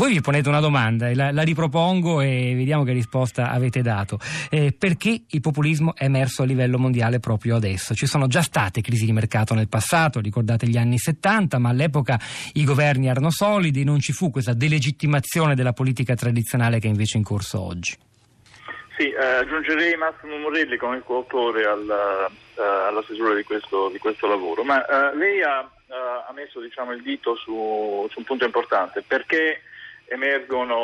Voi vi ponete una domanda e la ripropongo e vediamo che risposta avete dato. Perché il populismo è emerso a livello mondiale proprio adesso? Ci sono già state crisi di mercato nel passato, ricordate gli anni 70, ma all'epoca i governi erano solidi, non ci fu questa delegittimazione della politica tradizionale che è invece in corso oggi. Sì, aggiungerei Massimo Morelli come coautore alla stesura di questo lavoro, ma lei ha messo il dito su un punto importante: perché emergono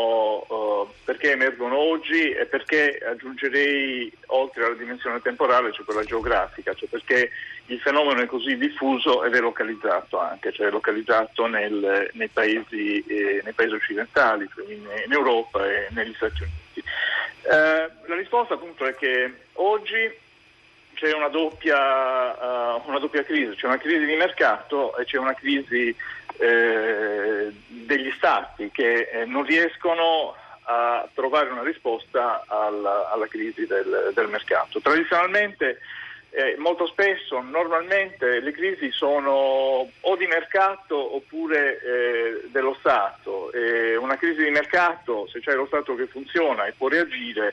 oggi e perché aggiungerei, oltre alla dimensione temporale, cioè quella geografica, cioè perché il fenomeno è così diffuso ed è localizzato anche, cioè è localizzato nei paesi occidentali, cioè in Europa e negli Stati Uniti. La risposta appunto è che oggi c'è una doppia crisi, c'è una crisi di mercato e c'è una crisi degli stati che non riescono a trovare una risposta alla crisi del mercato. Tradizionalmente, molto spesso, normalmente le crisi sono o di mercato oppure dello Stato. Una crisi di mercato, se c'è lo Stato che funziona e può reagire,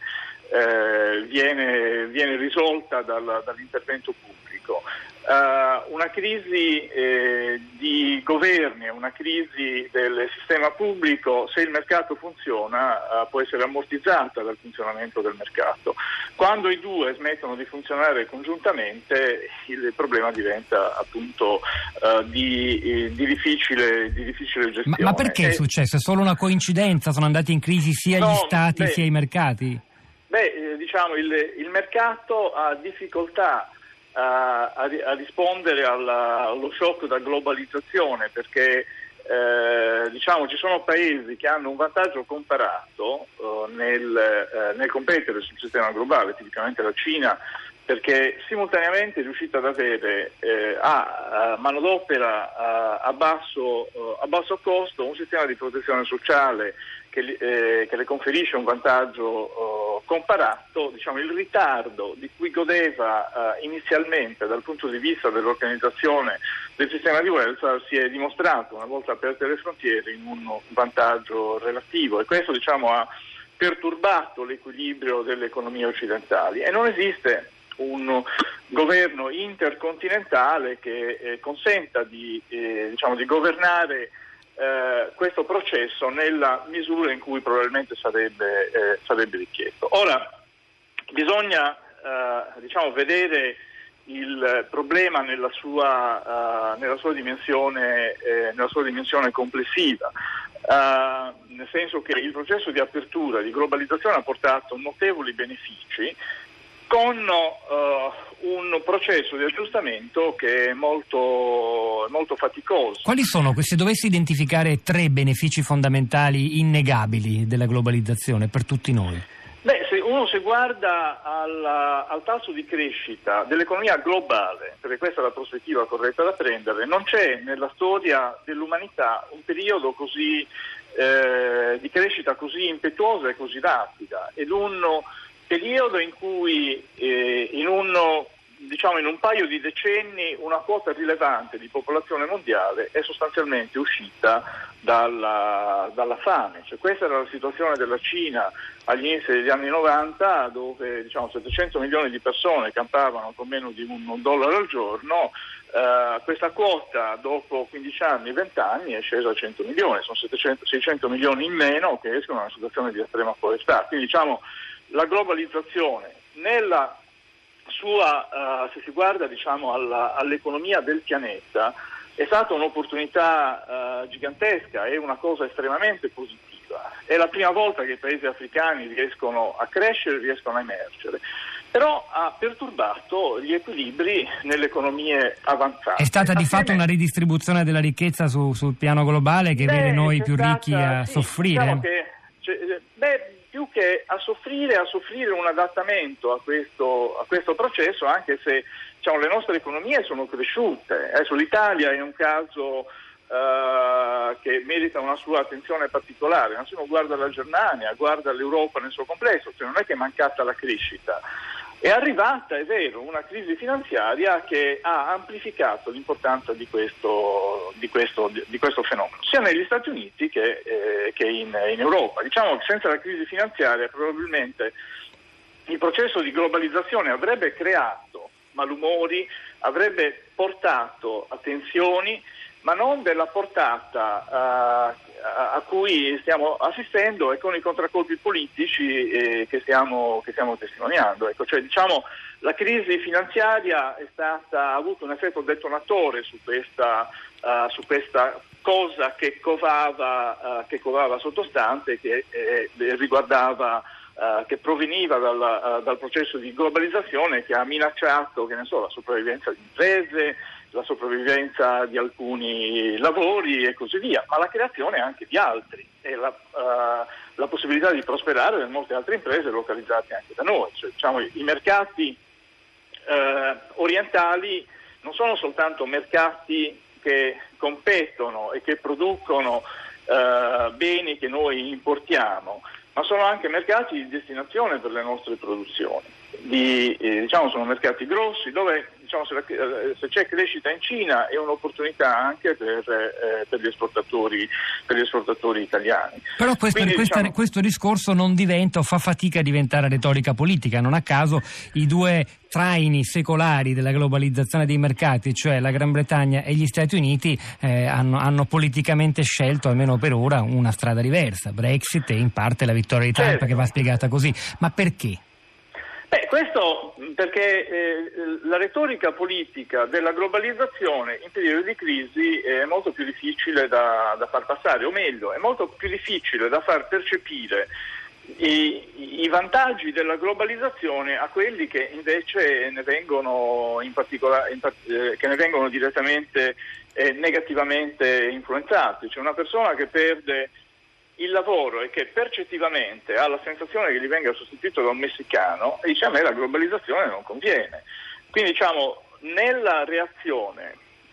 viene risolta dall'intervento pubblico. Una crisi di governi, una crisi del sistema pubblico, se il mercato funziona, può essere ammortizzata dal funzionamento del mercato. Quando i due smettono di funzionare congiuntamente, il problema diventa appunto di difficile gestione. Ma perché è successo? È solo una coincidenza? Sono andati in crisi sia gli stati sia i mercati? Il mercato ha difficoltà a rispondere allo shock da globalizzazione, perché ci sono paesi che hanno un vantaggio comparato nel competere sul sistema globale, tipicamente la Cina, perché simultaneamente è riuscita ad avere a manodopera a basso costo un sistema di protezione sociale che le conferisce un vantaggio comparato. Il ritardo di cui godeva inizialmente dal punto di vista dell'organizzazione del sistema di welfare si è dimostrato, una volta aperte le frontiere, in un vantaggio relativo, e questo ha perturbato l'equilibrio delle economie occidentali, e non esiste un governo intercontinentale che consenta di governare questo processo nella misura in cui probabilmente sarebbe richiesto. Ora bisogna vedere il problema nella sua dimensione complessiva, nel senso che il processo di apertura, di globalizzazione ha portato notevoli benefici, con un processo di aggiustamento che è molto faticoso. Quali sono, se dovessi identificare 3 benefici fondamentali innegabili della globalizzazione per tutti noi? Se uno guarda al tasso di crescita dell'economia globale, perché questa è la prospettiva corretta da prendere, non c'è nella storia dell'umanità un periodo così di crescita così impetuosa e così rapida, ed un periodo in cui in un paio di decenni una quota rilevante di popolazione mondiale è sostanzialmente uscita dalla fame. Cioè, questa era la situazione della Cina agli inizi degli anni 90, dove 700 milioni di persone campavano con meno di $1 al giorno. Questa quota dopo 15 anni, 20 anni è scesa a 100 milioni, sono 600 milioni in meno che escono da una situazione di estrema povertà. Quindi la globalizzazione nella sua, se si guarda all'economia del pianeta, è stata un'opportunità gigantesca, è una cosa estremamente positiva. È la prima volta che i paesi africani riescono a crescere, riescono a emergere. Però ha perturbato gli equilibri nelle econie avanzate. È stata di fatto una ridistribuzione della ricchezza sul piano globale che vede noi più ricchi a soffrire? Più che a soffrire un adattamento a questo processo, anche se le nostre economie sono cresciute. Adesso l'Italia è un caso che merita una sua attenzione particolare, ma se uno guarda la Germania, guarda l'Europa nel suo complesso, non è che è mancata la crescita. È arrivata, è vero, una crisi finanziaria che ha amplificato l'importanza di questo fenomeno, sia negli Stati Uniti che in Europa. Diciamo che senza la crisi finanziaria probabilmente il processo di globalizzazione avrebbe creato malumori, avrebbe portato a tensioni, ma non della portata a cui stiamo assistendo e con i contraccolpi politici che stiamo testimoniando. Ecco, cioè, diciamo, la crisi finanziaria ha avuto un effetto detonatore su questa cosa che covava sottostante, che riguardava che proveniva dal processo di globalizzazione, che ha minacciato, la sopravvivenza di imprese, la sopravvivenza di alcuni lavori e così via, ma la creazione anche di altri e la possibilità di prosperare per molte altre imprese localizzate anche da noi. Cioè, diciamo, i mercati orientali non sono soltanto mercati che competono e che producono beni che noi importiamo, ma sono anche mercati di destinazione per le nostre produzioni. Sono mercati grossi dove, se c'è crescita in Cina, è un'opportunità anche per gli esportatori italiani. Però questo discorso non diventa o fa fatica a diventare retorica politica. Non a caso i due traini secolari della globalizzazione dei mercati, cioè la Gran Bretagna e gli Stati Uniti, hanno politicamente scelto, almeno per ora, una strada diversa. Brexit e in parte la vittoria di Trump, che va spiegata così. Ma perché? Questo perché la retorica politica della globalizzazione in periodo di crisi è molto più difficile da far passare, o meglio, è molto più difficile da far percepire i vantaggi della globalizzazione a quelli che invece ne vengono che ne vengono direttamente e negativamente influenzati. C'è una persona che perde il lavoro e che percettivamente ha la sensazione che gli venga sostituito da un messicano e dice: a me la globalizzazione non conviene. Quindi, diciamo, nella reazione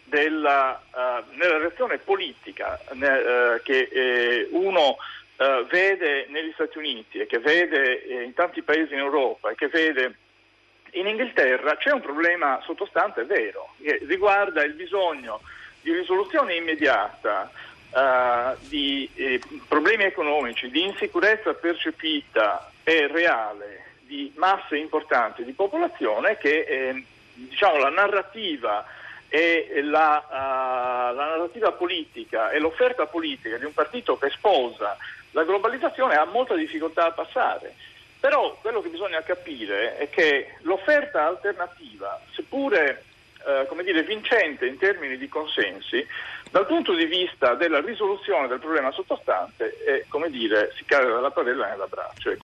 politica che uno vede negli Stati Uniti e che vede in tanti paesi in Europa e che vede in Inghilterra, c'è un problema sottostante, è vero, che riguarda il bisogno di risoluzione immediata di problemi economici, di insicurezza percepita e reale di masse importanti di popolazione, che la narrativa e la narrativa politica e l'offerta politica di un partito che sposa la globalizzazione ha molta difficoltà a passare. Però quello che bisogna capire è che l'offerta alternativa, seppure vincente in termini di consensi, dal punto di vista della risoluzione del problema sottostante, si cade dalla padella nell'abbraccio.